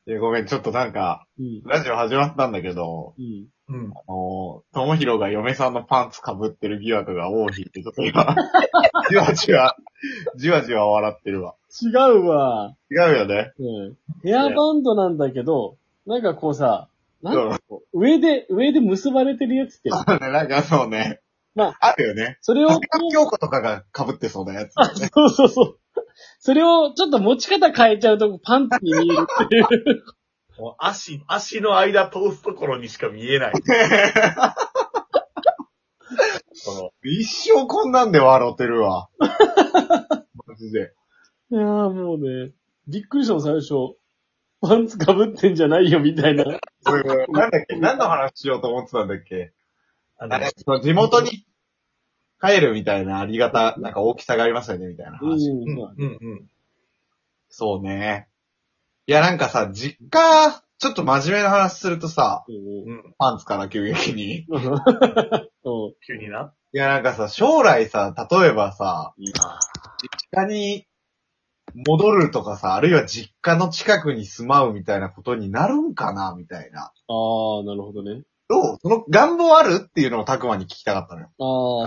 いや、ごめん、ちょっとなんか、ラジオ始まったんだけど、ともひろが嫁さんのパンツ被ってる疑惑が尾を引いて、ちょっと今、じわじわ笑ってるわ。 違うわ。 違うよね。 ヘアバンドなんだけど、なんかこうさ、なんかこう上で結ばれてるやつって。 なんかそうね。 まあるよね。 それを、 長谷川京子とかが被ってそうなやつ、ね。 そう。それをちょっと持ち方変えちゃうとパンツに見えるっていう。 もう足の間通すところにしか見えない。 一生こんなんで笑ってるわ。マジで。 いやーもうね、びっくりしたの最初。パンツ被ってんじゃないよみたいな。 なんだっけ何の話しようと思ってたんだっけ地元に帰るみたいなありがた、なんか大きさがありましたよね、みたいな話。そうね。いや、なんかさ、実家、ちょっと真面目な話するとさ、パンツから急激に。 急にな。 いや、なんかさ、将来さ、例えばさ、実家に戻るとかさ、あるいは実家の近くに住まうみたいなことになるんかな、みたいな。 ああ、なるほどね。 どうその願望あるっていうのをたくまに聞きたかったのよ。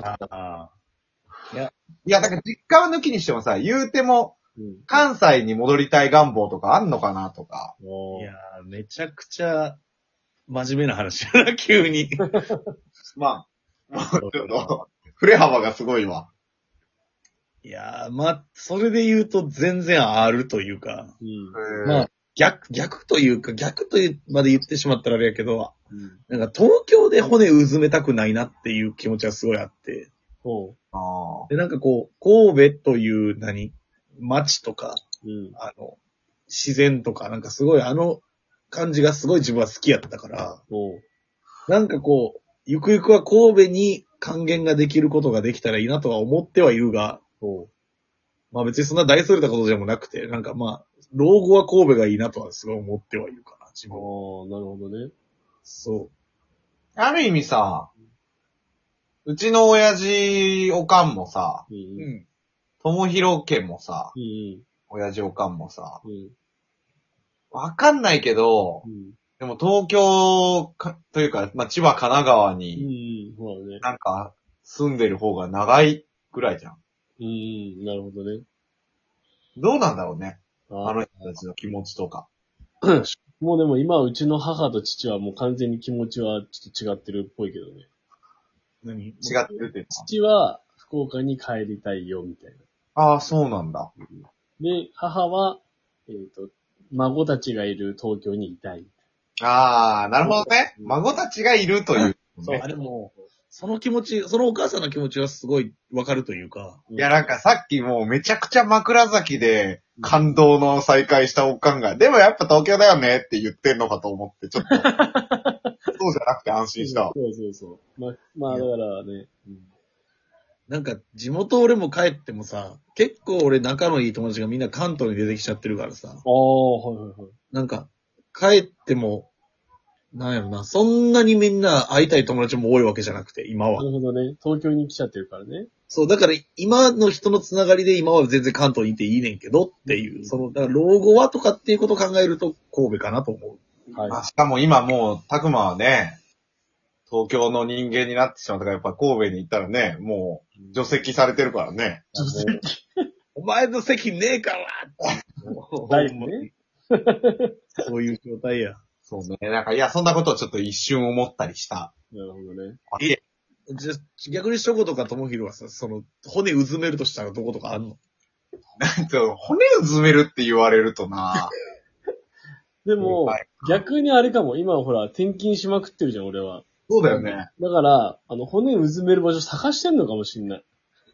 いや、だから実家は抜きにしてもさ、言うても、関西に戻りたい願望とかあんのかなとか。 いやー、めちゃくちゃ真面目な話だな、急に。 まあ、もうちょっと、振れ幅がすごいわ。 いやー、まあ、それで言うと全然あるというか、まあ、逆とまで言ってしまったらあれやけど、なんか東京で骨うずめたくないなっていう気持ちはすごいあって、で、なんかこう、神戸という街とか、自然とか、なんかすごい感じがすごい自分は好きやったから、なんかこう、ゆくゆくは神戸に還元ができることができたらいいなとは思ってはいるが、まあ別にそんな大それたことでもなくて、なんかまあ、老後は神戸がいいなとはすごい思ってはいるかな、自分は。 なるほどね。 そう。 ある意味さ、うちの親父おかんもさ、ともひろ家もさ、親父おかんもさ、わかんないけど、でも東京というか、まあ、千葉、神奈川に、なんか住んでる方が長いぐらいじゃん。 なるほどね。 どうなんだろうね。あの人たちの気持ちとか。 もうでも今うちの母と父はもう完全に気持ちはちょっと違ってるっぽいけどね。 違ってるって父は福岡に帰りたいよみたいな。 ああ、そうなんだ。 で、母は、孫たちがいる東京にいたい。 ああ、なるほどね。孫たちがいるという、ね。 そう、あれも、その気持ち、そのお母さんの気持ちはすごいわかるというか。 いや、なんかさっきもうめちゃくちゃ枕崎で感動の再会したおかんが、でもやっぱ東京だよねって言ってんのかと思って、ちょっと、そうじゃなくて安心したわ。 そう。まあだからね。 なんか、地元俺も帰ってもさ、結構俺仲のいい友達がみんな関東に出てきちゃってるからさ。なんか、帰っても、なんやろな、そんなにみんな会いたい友達も多いわけじゃなくて、今は。 なるほどね。東京に来ちゃってるからね。 そう、だから今の人のつながりで今は全然関東にいていいねんけどっていう、だから老後はとかっていうことを考えると神戸かなと思う。 まあ、しかも今もう、たくまはね、東京の人間になってしまったから、やっぱ神戸に行ったらね、もう、除籍されてるからね。 お前の席ねえからだいぶね。 そういう状態や。 そうね。なんか、いや、そんなことをちょっと一瞬思ったりした。 なるほどね。 じゃ、逆にショコとかともひろはさ、骨うずめるとしたらどことかあんの？ なんか、骨うずめるって言われるとなでも、逆にあれかも。今ほら、転勤しまくってるじゃん、俺は。 そうだよね。 だから、骨うずめる場所探してんのかもしんない。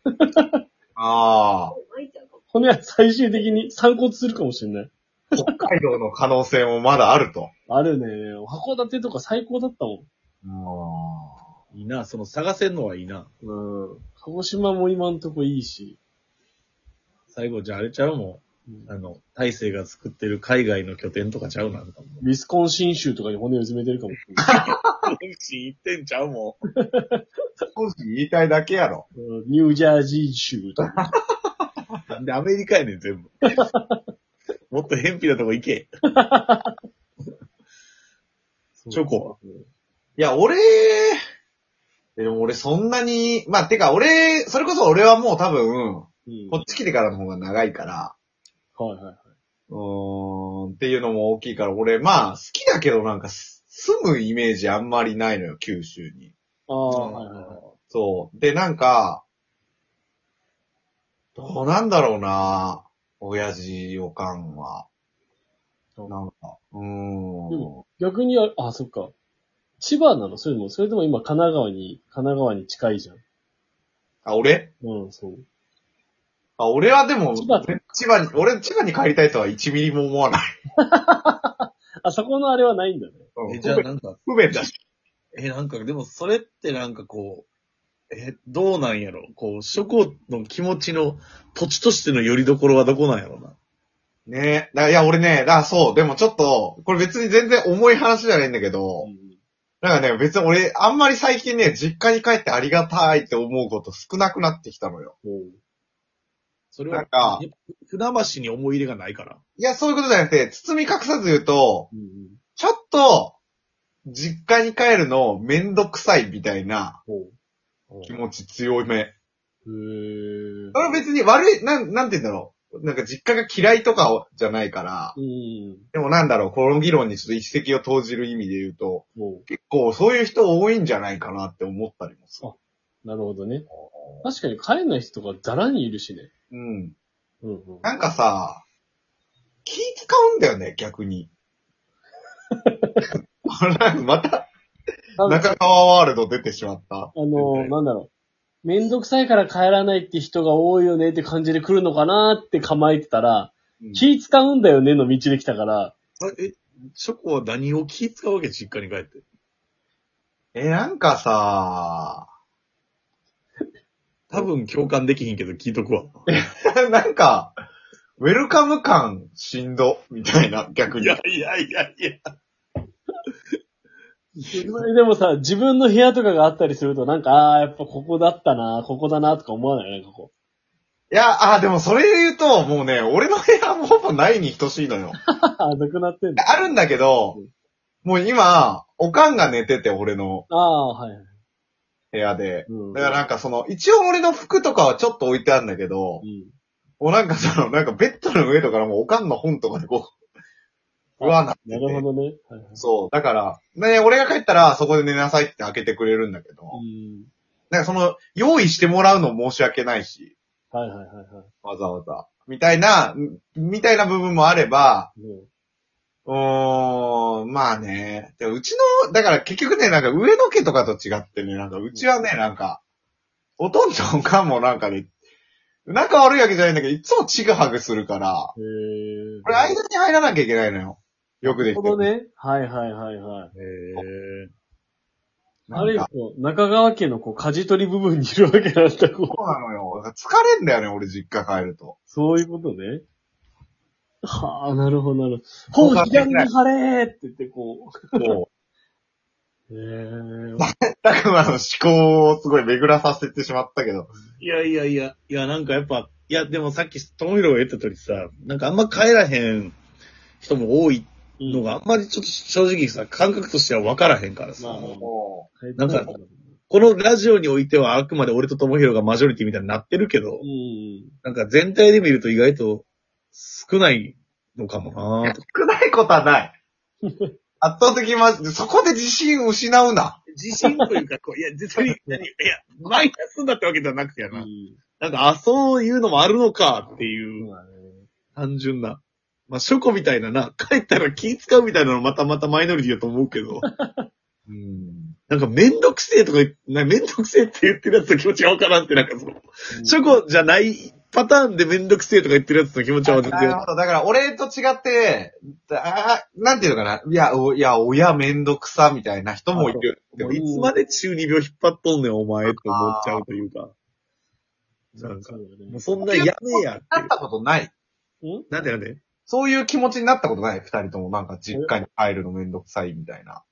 ああ。 骨は最終的に散骨するかもしんない。 北海道の可能性もまだあると。 あるね。函館とか最高だったもん。いいな、探せんのはいいな。 鹿児島も今んとこいいし。 最後、じゃああれちゃうもん。大勢が作ってる海外の拠点とかちゃうな。 ウィスコンシン州とかに骨を埋めてるかもしれない。 ウィスコンシン行ってんちゃうもん。 少し言いたいだけやろ。 ニュージャージー州とか。 なんでアメリカやねん、全部。もっと偏僻なとこ行け。 チョコ。 いや、でも俺そんなに、まあ、てかそれこそ俺はもう多分、こっち来てからの方が長いから、 はいはいはい。 っていうのも大きいから、俺まあ、好きだけどなんか住むイメージあんまりないのよ、九州に。 ああ、はいはいはい。 そう。で、なんか、どうなんだろうな、親父おかんは。なんか、 逆にそっか。千葉なのそれとも今神奈川に近いじゃん。 あ、俺そう。 俺はでも、千葉に帰りたいとは1ミリも思わない。 そこのあれはないんだね。 じゃあなんか、 不便だし。 なんか、でもそれってなんかこう、どうなんやろ諸校の気持ちの土地としての拠り所はどこなんやろな。 ねえ。いや、俺ね、そう、でもちょっと、これ別に全然重い話じゃないんだけど、なんかね、別に俺、あんまり最近ね、実家に帰ってありがたいって思うこと少なくなってきたのよ。 それは、なんか、船橋に思い入れがないから。 いや、そういうことじゃなくて、包み隠さず言うと、ちょっと、実家に帰るのめんどくさいみたいな気持ち強め。それは別に悪い、なんて言うんだろう。なんか実家が嫌いとかじゃないから、でもなんだろう、この議論にちょっと一石を投じる意味で言うと、結構そういう人多いんじゃないかなって思ったりもする。 なるほどね。確かに帰んない人とかザラにいるしね。 なんかさ、気使うんだよね、逆に。また、中川ワールド出てしまった。 なんだろう。めんどくさいから帰らないって人が多いよねって感じで来るのかなって構えてたら、気使うんだよねの道で来たから。 チョコは何を気使うわけ実家に帰って。 なんかさ、 多分共感できひんけど聞いとくわ。 なんか、ウェルカム感しんど、みたいな、逆に。 いや。 でもさ、自分の部屋とかがあったりすると、なんか、やっぱここだったな、ここだな、とか思わないなんかこう。いや、でもそれで言うと、もうね、俺の部屋もほぼないに等しいのよ。 なくなってんだ。 あるんだけど、もう今、おかんが寝てて、俺の。 はい。 部屋で。だからなんか一応俺の服とかはちょっと置いてあるんだけど、もうなんかなんかベッドの上とかもうおかんの本とかでこう、なってて。 なるほどね。 そう。だから、ね、俺が帰ったらそこで寝なさいって開けてくれるんだけど、なんか用意してもらうの申し訳ないし、わざわざ。みたいな部分もあれば、まあね。でうちの、だから結局ね、なんか上の家とかと違ってね、なんかうちはね、なんか、おとんとおかんもなんかね、仲悪いわけじゃないんだけど、いつもチグハグするから、これ間に入らなきゃいけないのよ。よくできてる。 なるほどね。はい。あれ、中川家の舵取り部分にいるわけなんだ、 そうなのよ。疲れんだよね、俺実家帰ると。 そういうことね。なるほど。ほう、左に張れーって言ってこう。そう。 たくまの思考をすごい巡らさせてしまったけど。 いや、なんかやっぱ、でもさっき、ともひろが言った通りさ、なんかあんま帰らへん人も多いのがあんまりちょっと正直さ、感覚としては分からへんからさ。なんか、このラジオにおいてはあくまで俺とともひろがマジョリティみたいになってるけど、なんか全体で見ると意外と少ないのかもな。 少ないことはない。圧倒的そこで自信失うな。 自信というか、実に、マイナスだったわけじゃなくてやな。なんか、そういうのもあるのかっていう、単純な。まあ、ショコみたいな帰ったら気使うみたいなのまたマイノリティだと思うけど。なんかめんどくせえとか、めんどくせえって言ってるやつの気持ちがわからんって、なんかショコじゃないパターンでめんどくせえとか言ってるやつの気持ちは全然。 なるほど。だから俺と違って、なんていうのかな。いや、親めんどくさみたいな人もいる。 でもいつまで中二病引っ張っとんねんお前って思っちゃうというか。なんか、もうそんなやめやって。 なったことない。 なんでそういう気持ちになったことない二人ともなんか実家に帰るのめんどくさいみたいな。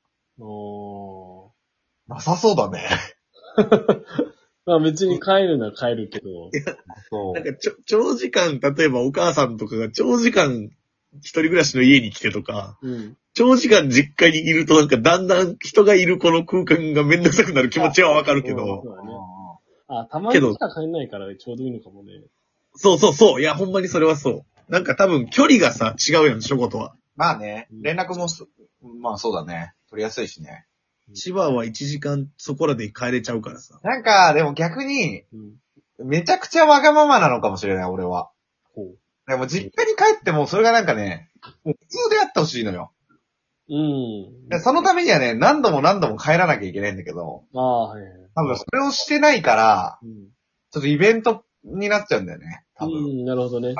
なさそうだね。 まあ別に帰るのは帰るけど。 なんか長時間、例えばお母さんとかが長時間一人暮らしの家に来てとか、長時間実家にいるとなんかだんだん人がいるこの空間がめんどくさくなる気持ちはわかるけど。 そうだね。たまにしか帰んないからちょうどいいのかもね。 そう。いや、ほんまにそれはそう。なんか多分距離がさ、違うやん、仕事は。 まあね、連絡もまあそうだね。取りやすいしね。 千葉は1時間そこらで帰れちゃうからさ。 なんか、でも逆に、めちゃくちゃわがままなのかもしれない、俺は。でも実家に帰ってもそれがなんかね、もう普通であってほしいのよ。そのためにはね、何度も帰らなきゃいけないんだけど、多分それをしてないから、ちょっとイベントになっちゃうんだよね。多分。 なるほどね。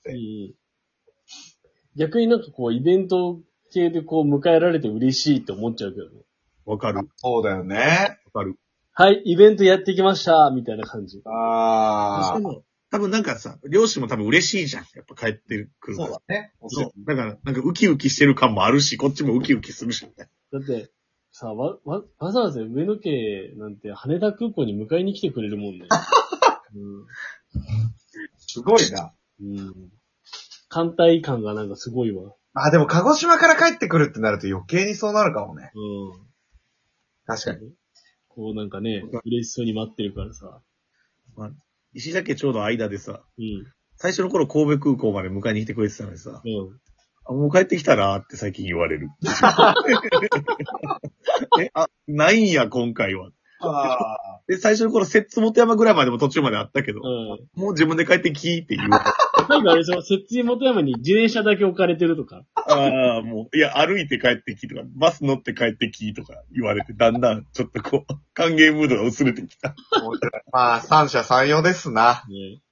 逆になんかこう、イベント系でこう、迎えられて嬉しいって思っちゃうけどね。 わかる。 そうだよね。 わかる。 はい、イベントやってきました、みたいな感じ。 多分なんかさ、両親も多分嬉しいじゃん。やっぱ帰ってくるから。 そうだね。 そう。だから、なんかウキウキしてる感もあるし、こっちもウキウキするしね。 だって、さ、わざわざ上野家なんて羽田空港に迎えに来てくれるもんね。 すごいな。 艦隊感がなんかすごいわ。 でも鹿児島から帰ってくるってなると余計にそうなるかもね。確かに。 こうなんかね、嬉しそうに待ってるからさ。 石崎ちょうど間でさ、最初の頃神戸空港まで迎えに来てくれてたのにさ、もう帰ってきたらって最近言われる。ないんや、今回は。で、最初の頃、摂津本山ぐらいまでも途中まであったけど、もう自分で帰ってきって言う。 最後あれでしょ、摂津本山に自転車だけ置かれてるとか。 もう、いや、歩いて帰ってきとか、バス乗って帰ってきとか言われて、だんだんちょっとこう、歓迎ムードが薄れてきた。 三者三様ですな。